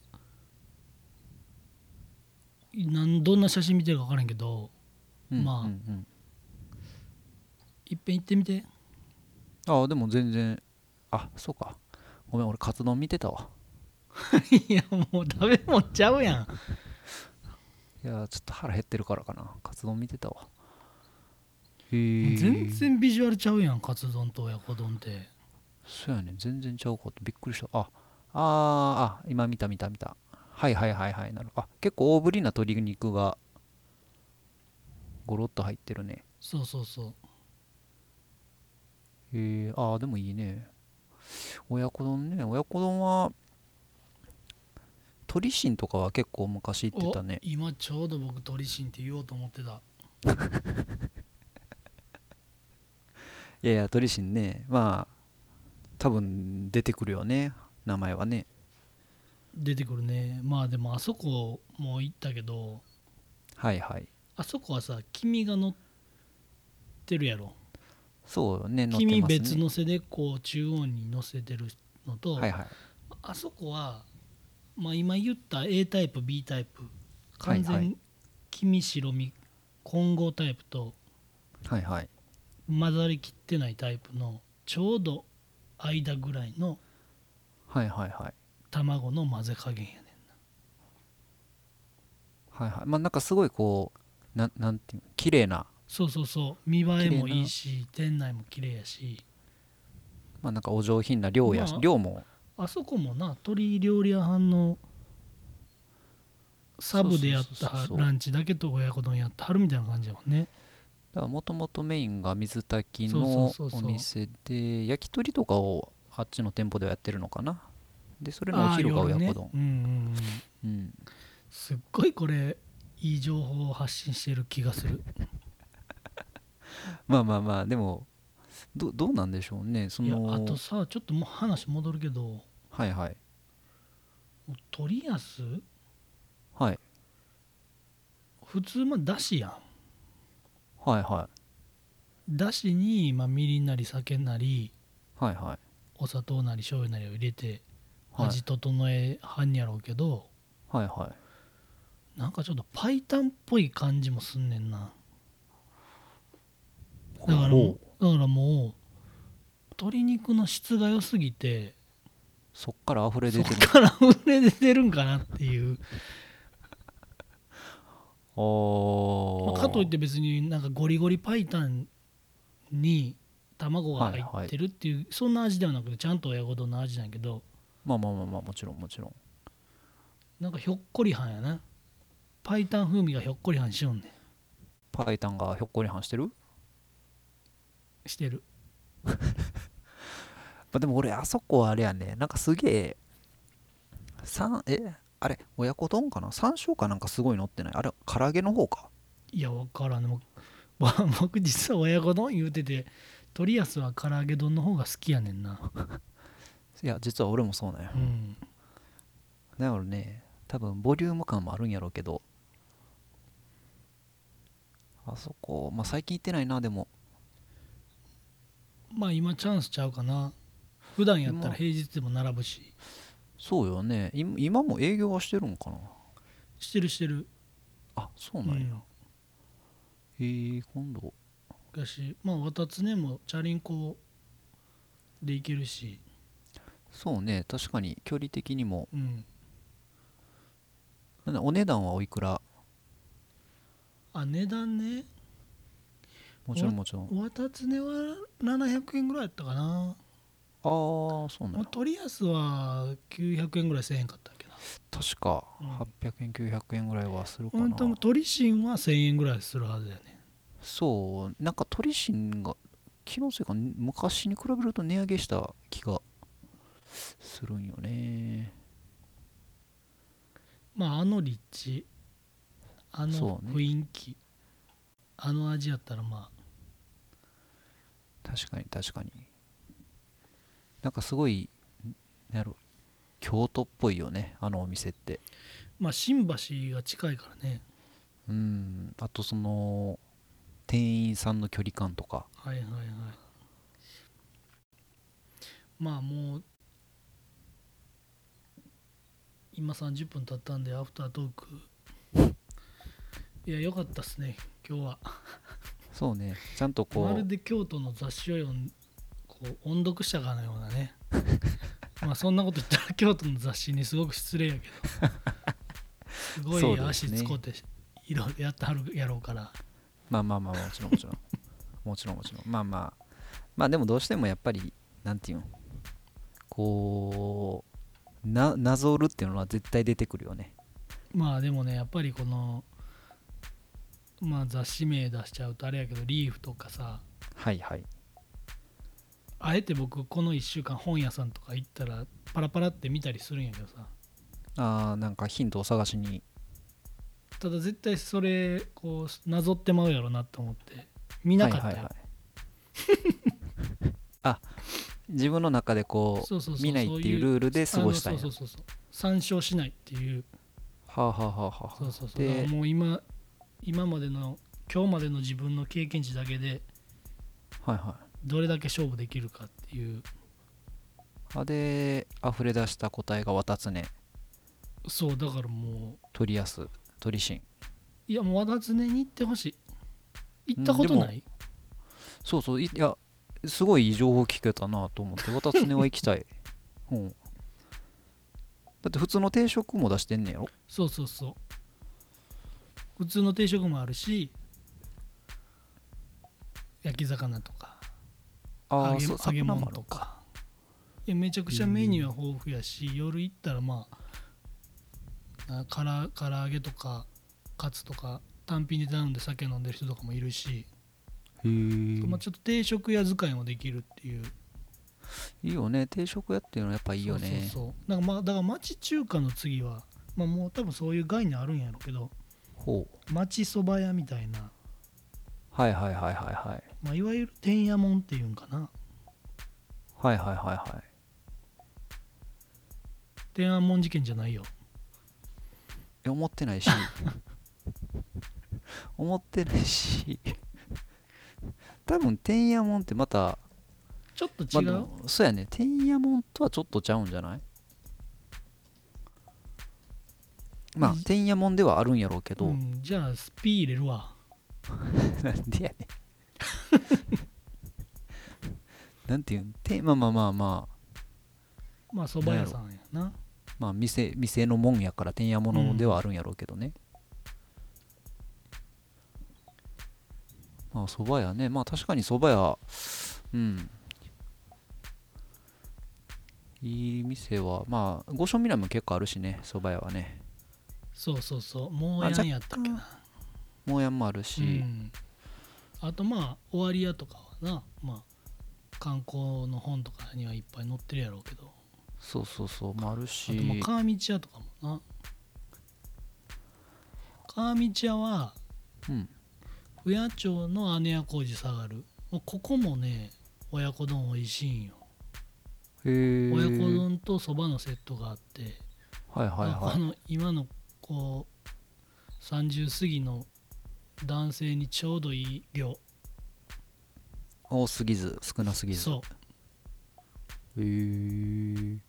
Speaker 2: なんどんな写真見てるか分からんけど
Speaker 1: うんうん
Speaker 2: まあ
Speaker 1: うん。
Speaker 2: いっぺん行ってみて。
Speaker 1: あでも全然。あ、そうか。ごめん、俺カツ丼見てたわ。
Speaker 2: いやもう食べ物ちゃうやん。
Speaker 1: いやちょっと腹減ってるからかな、カツ丼見てたわ。へえ。
Speaker 2: 全然ビジュアルちゃうやんカツ丼と親子丼って。
Speaker 1: そうやね、全然ちゃうかとびっくりした。ああーあ、今見た見た見た。はいはいはいはい、なる。あ、結構大ぶりな鶏肉がゴロッと入ってるね。
Speaker 2: そうそうそう
Speaker 1: へえ。ああでもいいね。親子丼ね、親子丼は鶏心とかは結構昔行って
Speaker 2: お
Speaker 1: たね。
Speaker 2: 今ちょうど僕鶏心って言おうと思ってた。
Speaker 1: いやいや、鶏心ね、まあ多分出てくるよね、名前はね。
Speaker 2: 出てくるね。まあでもあそこも行ったけど
Speaker 1: はいはい。
Speaker 2: あそこはさ黄身が乗ってるやろ。
Speaker 1: そうよね、乗っ
Speaker 2: 黄身
Speaker 1: てますね。
Speaker 2: 別のせでこう中央に乗せてるのと
Speaker 1: はいはい
Speaker 2: あそこはまあ今言った A タイプ B タイプ
Speaker 1: はいはい
Speaker 2: 完全黄身白身混合タイプと
Speaker 1: はいはい
Speaker 2: 混ざりきってないタイプのちょうど間ぐらいの
Speaker 1: はいはいはい
Speaker 2: 卵の混ぜ加減やねん。
Speaker 1: はいはい。まあなんかすごいこう、ななんていうの、綺麗な、
Speaker 2: そうそうそう見栄えもいい
Speaker 1: 綺麗な、
Speaker 2: し店内も綺麗やし
Speaker 1: まあなんかお上品な量やし、
Speaker 2: ま
Speaker 1: 量も。
Speaker 2: ああそこもな鶏料理屋さんのサブでやっ
Speaker 1: そうそうそうそうそう。
Speaker 2: たランチだけと親子丼やってはるみたいな感じやもんね。
Speaker 1: だからもともとメインが水炊き
Speaker 2: そうそう
Speaker 1: の
Speaker 2: そうそう。
Speaker 1: お店で、焼き鳥とかをあっちの店舗ではやってるのかな。で、それのお
Speaker 2: ああ
Speaker 1: 昼が
Speaker 2: 夜ね
Speaker 1: 親子丼。
Speaker 2: うんうんうん
Speaker 1: うん。
Speaker 2: すっごいこれいい情報を発信してる気がする。
Speaker 1: まあまあまあ、でも、ど、どうなんでしょうね。そ
Speaker 2: いやあと
Speaker 1: の、
Speaker 2: さちょっともう話戻るけど
Speaker 1: はいはい。
Speaker 2: 鶏安
Speaker 1: はい。
Speaker 2: 普通まあだしやん。
Speaker 1: はいはい。
Speaker 2: だしに、まあ、みりんなり酒なり
Speaker 1: はいはい。
Speaker 2: お砂糖なり醤油なりを入れて
Speaker 1: はい。
Speaker 2: 味整えはんやろうけど
Speaker 1: はいはい。
Speaker 2: なんかちょっとパイタンっぽい感じもすんねんな。だからも
Speaker 1: ほう。
Speaker 2: うだからもう鶏肉の質が良すぎて
Speaker 1: そっから溢れ
Speaker 2: そっ
Speaker 1: 出てるんか。
Speaker 2: から溢れ出てるんかなっていう、まあ、かといっ
Speaker 1: おー。
Speaker 2: て別になんかゴリゴリパイタンに卵が入っ
Speaker 1: はいはい。
Speaker 2: てるっていうそんな味ではなくてちゃんと親子丼の味なんやけど
Speaker 1: まあまあまあまあ、もちろんもちろん。
Speaker 2: なんかひょっこりはんやな。パイタン風味がひょっこりはんしよんね
Speaker 1: パイタンがひょっこりはんしてる。ま
Speaker 2: してる。
Speaker 1: あでも俺、あそこはあれやね。なんかすげえ、三え、あれ、親子丼かな、山椒かなんかすごい乗ってない？あれ、唐揚げの方か。
Speaker 2: いや分からんでも僕実は親子丼言うてて鶏安は唐揚げ丼の方が好きやねんな。
Speaker 1: いや、実は俺もそうなんや。
Speaker 2: うん
Speaker 1: だからね、多分ボリューム感もあるんやろうけど、あそこ、まあ最近行ってないな、でも。
Speaker 2: まあ今チャンスちゃうかな。普段やったら
Speaker 1: 今、
Speaker 2: 平日でも並ぶし。
Speaker 1: そうよね。今今も営業はしてるんかな。
Speaker 2: してるしてる。
Speaker 1: あ、そうなんや。
Speaker 2: うん
Speaker 1: へえ、今度。
Speaker 2: だしまあ渡つねもチャリンコで行けるし。
Speaker 1: そうね、確かに距離的にも。
Speaker 2: うん
Speaker 1: なんだお値段はおいくら？
Speaker 2: あ値段ね
Speaker 1: もちろ
Speaker 2: わ
Speaker 1: んもちろん。
Speaker 2: 渡つねはななひゃくえんぐらいやったかな。
Speaker 1: あそうなの。
Speaker 2: もうトリアスはきゅうひゃくえんぐらいせえへんかったっけな。
Speaker 1: 確か
Speaker 2: うん
Speaker 1: はっぴゃくえんきゅうひゃくえんぐらいはするかな。
Speaker 2: 本当トリシンはせんえんぐらいするはずだよね。
Speaker 1: そうなんかトリシンが気のせいか昔に比べると値上げした気がするんよね。
Speaker 2: まああの立地、あの
Speaker 1: そうね、
Speaker 2: 雰囲気、あの味やったらまあ、
Speaker 1: 確かに確かに。なんかすごいなんやろ、京都っぽいよねあのお店って。
Speaker 2: まあ新橋が近いからね。
Speaker 1: うん、あとその店員さんの距離感とか。
Speaker 2: はいはいはい。まあもう今さんじゅっぷん経ったんでアフタートーク。いや良かったっすね今日は。
Speaker 1: そうね、ちゃんと
Speaker 2: まる
Speaker 1: こ
Speaker 2: で京都の雑誌を読んこう音読したかのようなね。まあそんなこと言ったら京都の雑誌にすごく失礼やけど、すご
Speaker 1: そう
Speaker 2: い
Speaker 1: ですね、
Speaker 2: 足つこっていろいろやってはるやろうから。
Speaker 1: まあまあまあもちろんもちろんもちろんもちろんまあまあまあでもどうしてもやっぱりなんていうん、こうななぞるっていうのは絶対出てくるよね。
Speaker 2: まあでもねやっぱりこのまあ雑誌名出しちゃうとあれやけどリーフとかさ、
Speaker 1: はいはい。
Speaker 2: あえて僕このいっしゅうかん本屋さんとか行ったらパラパラって見たりするんやけどさ、
Speaker 1: あーなんかヒントを探しに。
Speaker 2: ただ絶対それこうなぞってまうやろなと思って見なかったよ。
Speaker 1: はいはいはい。あ、自分の中でこ
Speaker 2: そうそう
Speaker 1: う
Speaker 2: そうそう
Speaker 1: 見ないっていうルールで過ごしたんや。
Speaker 2: あのそうそうそうそう参照しないっていう。
Speaker 1: はあはあはあはあ。
Speaker 2: そうそうそうだから
Speaker 1: で、
Speaker 2: もう今今までの今日までの自分の経験値だけで
Speaker 1: はいはい。
Speaker 2: どれだけ勝負できるかっていう。
Speaker 1: あで溢れ出した答えが綿常、
Speaker 2: そうだからもう
Speaker 1: トリアス、トリシン。
Speaker 2: いやもう和田常に行ってほしい。行った
Speaker 1: うんでも
Speaker 2: ことない？
Speaker 1: そうそう、いいやすごいいい情報聞けたなと思って、綿常は行きたい。うん。だって普通の定食も出してんねやろ。
Speaker 2: そうそうそう普通の定食もあるし焼き魚とか揚げ
Speaker 1: ああ、そう、
Speaker 2: 揚げ物
Speaker 1: 魚もあるんか。
Speaker 2: とかいやめちゃくちゃメニューは豊富やし、夜行ったらまあから唐揚げとかカツとか単品で頼んで酒飲んでる人とかもいるし、
Speaker 1: へえ。
Speaker 2: まあ、ちょっと定食屋使いもできるっていう。
Speaker 1: いいよね、定食屋っていうのはやっぱいいよね。
Speaker 2: そうそうそうなんかまあだから町中華の次は、まあ、もう多分そういう概念あるんやろうけど
Speaker 1: ほう。
Speaker 2: 町そば屋みたいな、
Speaker 1: はいはいはいはいはい。
Speaker 2: まあ、いわゆる天屋もんっていうんかな。
Speaker 1: はいはいはいはい。
Speaker 2: 天安門事件じゃないよ。
Speaker 1: え思ってないし思ってないし多分天安門ってまた、
Speaker 2: ちょっと違う、
Speaker 1: まあでもそうやね、天安門とはちょっとちゃうんじゃない。まあ
Speaker 2: じ
Speaker 1: 天安門ではあるんやろうけど、
Speaker 2: うん、じゃあスピー入れるわ。
Speaker 1: なんでやねん。なんていうん、てまあまあまあま
Speaker 2: まあそば屋さんやな。
Speaker 1: あまあ店店の門やから天安門ではあるんやろうけどね、まあ蕎麦屋ね、まあ確かに蕎麦屋、うんいい店はまあ五所南も結構あるしね、蕎麦屋はね。
Speaker 2: そうそうそうもうや
Speaker 1: まあ若
Speaker 2: んやったっけな。
Speaker 1: もやんもある
Speaker 2: う
Speaker 1: し、
Speaker 2: んあとまあ終わり屋とかはな、まあ観光の本とかにはいっぱい載ってるやろうけど、
Speaker 1: そうそうそうもある
Speaker 2: あとまあ
Speaker 1: し、
Speaker 2: 川道屋とかもな。川道屋は
Speaker 1: うん
Speaker 2: 不夜町の姉屋小路下がる、もうここもね親子丼美味しいんよ。
Speaker 1: へえ、
Speaker 2: 親子丼とそばのセットがあって、
Speaker 1: はいはいはい。
Speaker 2: この今のこうさんじゅう過ぎの男性にちょうどいい量。
Speaker 1: 多すぎず少なすぎず。
Speaker 2: そう
Speaker 1: へえ、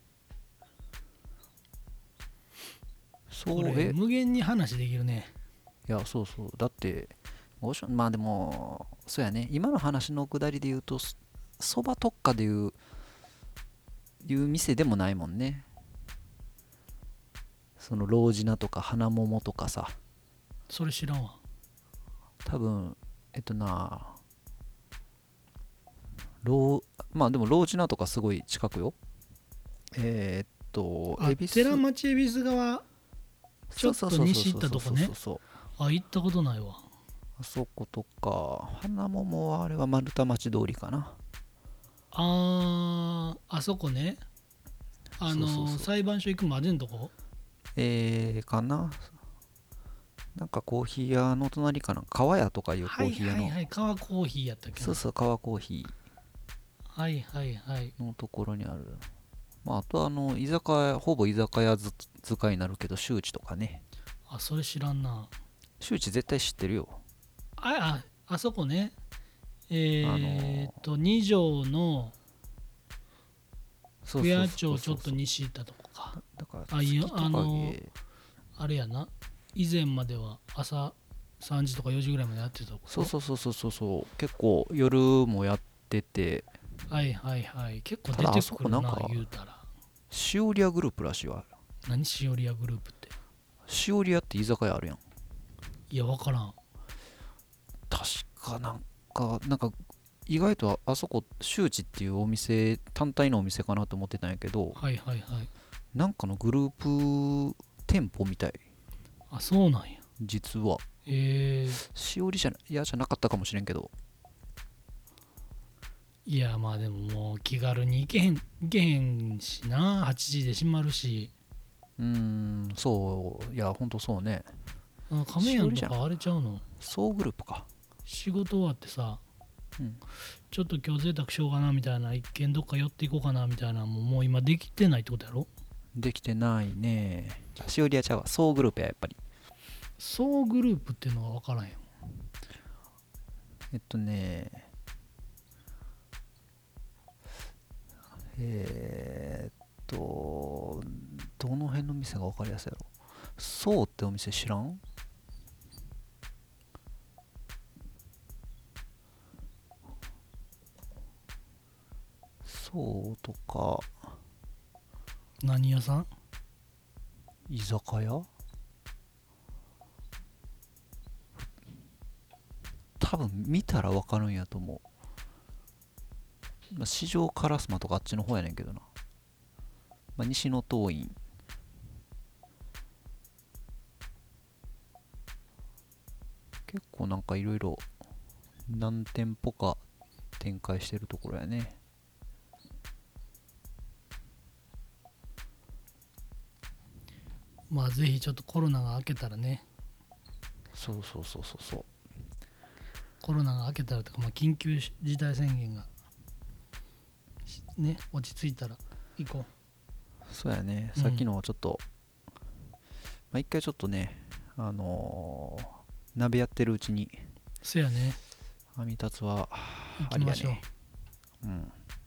Speaker 1: そう
Speaker 2: これ
Speaker 1: え
Speaker 2: 無限に話できるね。
Speaker 1: いやそうそう、だって五所まあでもそうやね、今の話のくだりで言うとそそば特化でいういう店でもないもんね。そのロージナとか花桃とかさ、
Speaker 2: それ知らんわ。
Speaker 1: 多分えっとなローまあでもローチナとかすごい近くよ。えー、っと
Speaker 2: あ、
Speaker 1: 恵比寿、
Speaker 2: 寺町恵比寿側、ちょっと西行ったとこね。
Speaker 1: そうそうそうそうそう、
Speaker 2: あ、行ったことないわ。
Speaker 1: あそことか花桃はあれは丸太町通りかな。
Speaker 2: あー、あそこね。あの
Speaker 1: そうそうそう、
Speaker 2: 裁判所行くまでのとこ。
Speaker 1: えー、かな。なんかコーヒー屋の隣かな、川屋とかいうコ
Speaker 2: はい
Speaker 1: ーヒー屋の、
Speaker 2: はいはい、川コーヒーやったっけな。
Speaker 1: そうそう、川コーヒ
Speaker 2: はいはいはい。
Speaker 1: ーのところにある。まあ、あとはあの居酒屋、ほぼ居酒屋ず使いになるけど周知とかね。
Speaker 2: あ、それ知らんな。
Speaker 1: 周知絶対知ってるよ。
Speaker 2: あ、あ、あそこね。
Speaker 1: あ
Speaker 2: えー、っ
Speaker 1: の
Speaker 2: と、二条の
Speaker 1: ー、そう
Speaker 2: 不
Speaker 1: そう
Speaker 2: 夜町ちょっ
Speaker 1: そうそうそう、
Speaker 2: と西行ったとこか。
Speaker 1: だから
Speaker 2: あ、いや、
Speaker 1: 月と
Speaker 2: あの、
Speaker 1: 影、
Speaker 2: あれやな。以前までは朝さんじとかよじぐらいまでやってたとこ
Speaker 1: そうそうそうそうそうそう、結構夜もやってて、
Speaker 2: はいはいはい。結構
Speaker 1: ただあ
Speaker 2: 出てくるな、
Speaker 1: そこなんか
Speaker 2: 言うたら。
Speaker 1: しおり屋グループらしいわ。
Speaker 2: 何しおりやグループって。
Speaker 1: しおり屋って居酒屋あるやん。
Speaker 2: いや、わからん。
Speaker 1: 確かなんかなんか意外とあ、あそこ周知っていうお店単体のお店かなと思ってたんやけど、
Speaker 2: はいはいはい。
Speaker 1: なんかのグループ店舗みたい、
Speaker 2: あ、そうなんや。
Speaker 1: 実は。
Speaker 2: えー、
Speaker 1: しおりじゃいやじゃなかったかもしれんけど。
Speaker 2: いや、まあでももう気軽に行けへん、行けへんしな。はちじで閉まるし。
Speaker 1: うーん、そういやほんとそうね。
Speaker 2: あ、亀やんとかあれちゃうの。
Speaker 1: そうグループか。
Speaker 2: 仕事終わってさ、
Speaker 1: うん、
Speaker 2: ちょっと今日贅沢しようかなみたいな、一軒どっか寄っていこうかなみたいな、もうもう今できてないってことやろ。
Speaker 1: できてないね。しおり屋ちゃうわ、そうグループややっぱり。
Speaker 2: 総グループっていうのが分からんよ。
Speaker 1: えっとねえー、っとどの辺の店が分かりやすいやろ。そうってお店知らん？そうとか
Speaker 2: 何屋さん？
Speaker 1: 居酒屋、多分見たら分かるんやと思う。まあ、四条烏丸とかあっちの方やねんけどな。まあ、西の東院、結構なんかいろいろ何店舗か展開してるところやね。
Speaker 2: まあぜひちょっとコロナが明けたらね、
Speaker 1: そうそうそうそうそう、
Speaker 2: コロナが明けたらとか、まあ、緊急事態宣言がね、落ち着いたら行こ
Speaker 1: そうやね。
Speaker 2: うん
Speaker 1: さっきのちょっと、まあ、一回ちょっとね、あのー鍋やってるうちに
Speaker 2: う。そやね、
Speaker 1: 網立つは
Speaker 2: 行
Speaker 1: ありや
Speaker 2: きましょう。
Speaker 1: ね。うん、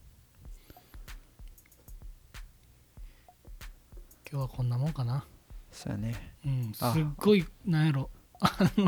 Speaker 2: 今日はこんなもんかな。
Speaker 1: そうやね。
Speaker 2: うん、すっ
Speaker 1: あ
Speaker 2: ごい、なんやろ、あの、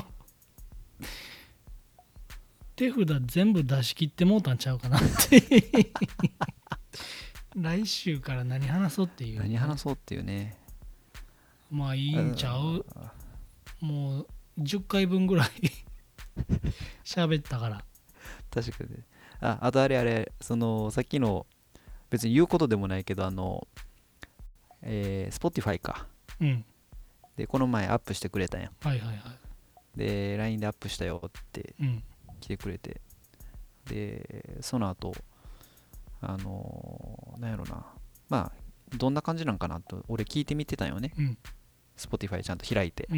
Speaker 2: 手札全部出し切ってもうたんちゃうかなって来週から何話そうっていう、
Speaker 1: 何話そうっていうね。
Speaker 2: まあいいんちゃう。もうじゅっかいぶんぐらい喋ったから。
Speaker 1: 確かに。あ、あとあれあれ、その、さっきの、別に言うことでもないけど、あの、えー、Spotify か。
Speaker 2: うん、
Speaker 1: で、この前アップしてくれたんや。
Speaker 2: はいはいはい。
Speaker 1: で、ライン でアップしたよって
Speaker 2: うん、
Speaker 1: 来てくれて。で、その後、あのーなんやろな。まあ、どんな感じなんかなと、俺聞いてみてたんよね。
Speaker 2: うん、
Speaker 1: Spotify ちゃんと開いて。
Speaker 2: うん、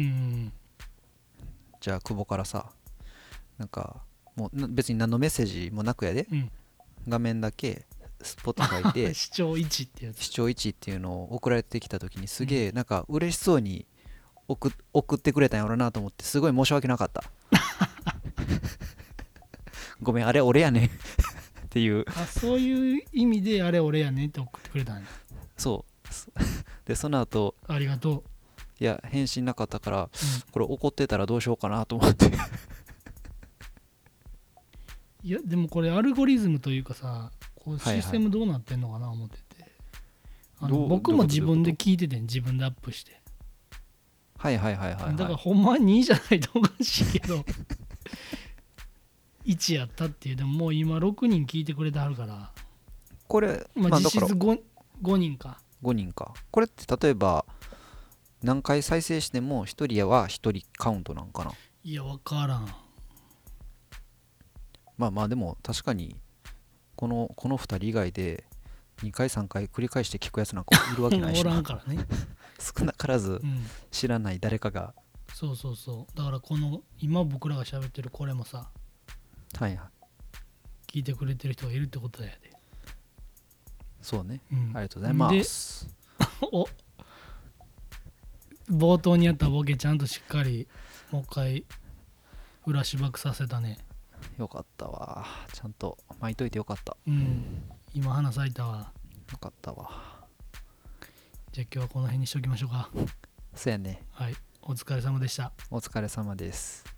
Speaker 1: じゃあ、久保からさ、なんか、もうな別に何のメッセージもなくやで、
Speaker 2: うん。
Speaker 1: 画面だけ Spotify で
Speaker 2: 視聴いちってやつ。
Speaker 1: 視聴いちっていうのを送られてきた時にすげえなんか嬉しそうに送送ってくれたんやろなと思って、すごい申し訳なかったごめんあれ俺やねんっていう。
Speaker 2: あ、そういう意味であれ俺やねって送ってくれたんや。
Speaker 1: そうでその後
Speaker 2: ありがと
Speaker 1: いや返信なかったから、
Speaker 2: う。
Speaker 1: これ怒ってたらどうしようかなと思って
Speaker 2: いやでもこれアルゴリズムというかさ、こう
Speaker 1: はいはい
Speaker 2: システムどうなってんのかな思ってて、あの
Speaker 1: どう
Speaker 2: 僕も
Speaker 1: どういうこと
Speaker 2: 自分で聞いててん、自分でアップして、
Speaker 1: はいはいはいはいはい、
Speaker 2: だからほんまにいいじゃないとおかしいけどいちやったっていう。でももう今ろくにん聞いてくれてはるから、
Speaker 1: これ、
Speaker 2: まあ、
Speaker 1: まあだから
Speaker 2: 実質 5, 5人か。
Speaker 1: ごにんか。これって例えば何回再生してもひとりはひとりカウントなんかな。
Speaker 2: いや分からん。
Speaker 1: まあまあでも確かにこのこのふたり以外でにかいさんかい繰り返して聞くやつなんかいるわけないし
Speaker 2: おら
Speaker 1: な。
Speaker 2: んからね。
Speaker 1: 少なからず
Speaker 2: うん
Speaker 1: 知らない誰かが。
Speaker 2: そうそうそう。だからこの今僕らが喋ってるこれもさ、
Speaker 1: はいはい。
Speaker 2: 聞いてくれてる人がいるってことだよね。
Speaker 1: そうね。
Speaker 2: うん、
Speaker 1: ありがとうございます。
Speaker 2: お冒頭にやったボケちゃんとしっかりもう一回フラッシュバックさせたね。
Speaker 1: よかったわ。ちゃんと巻いといてよかった。
Speaker 2: うん今花咲いたわ。
Speaker 1: よかったわ。
Speaker 2: じゃあ今日はこの辺にしときましょうか。
Speaker 1: そうやね。
Speaker 2: はいお疲れ様でした。
Speaker 1: お疲れ様です。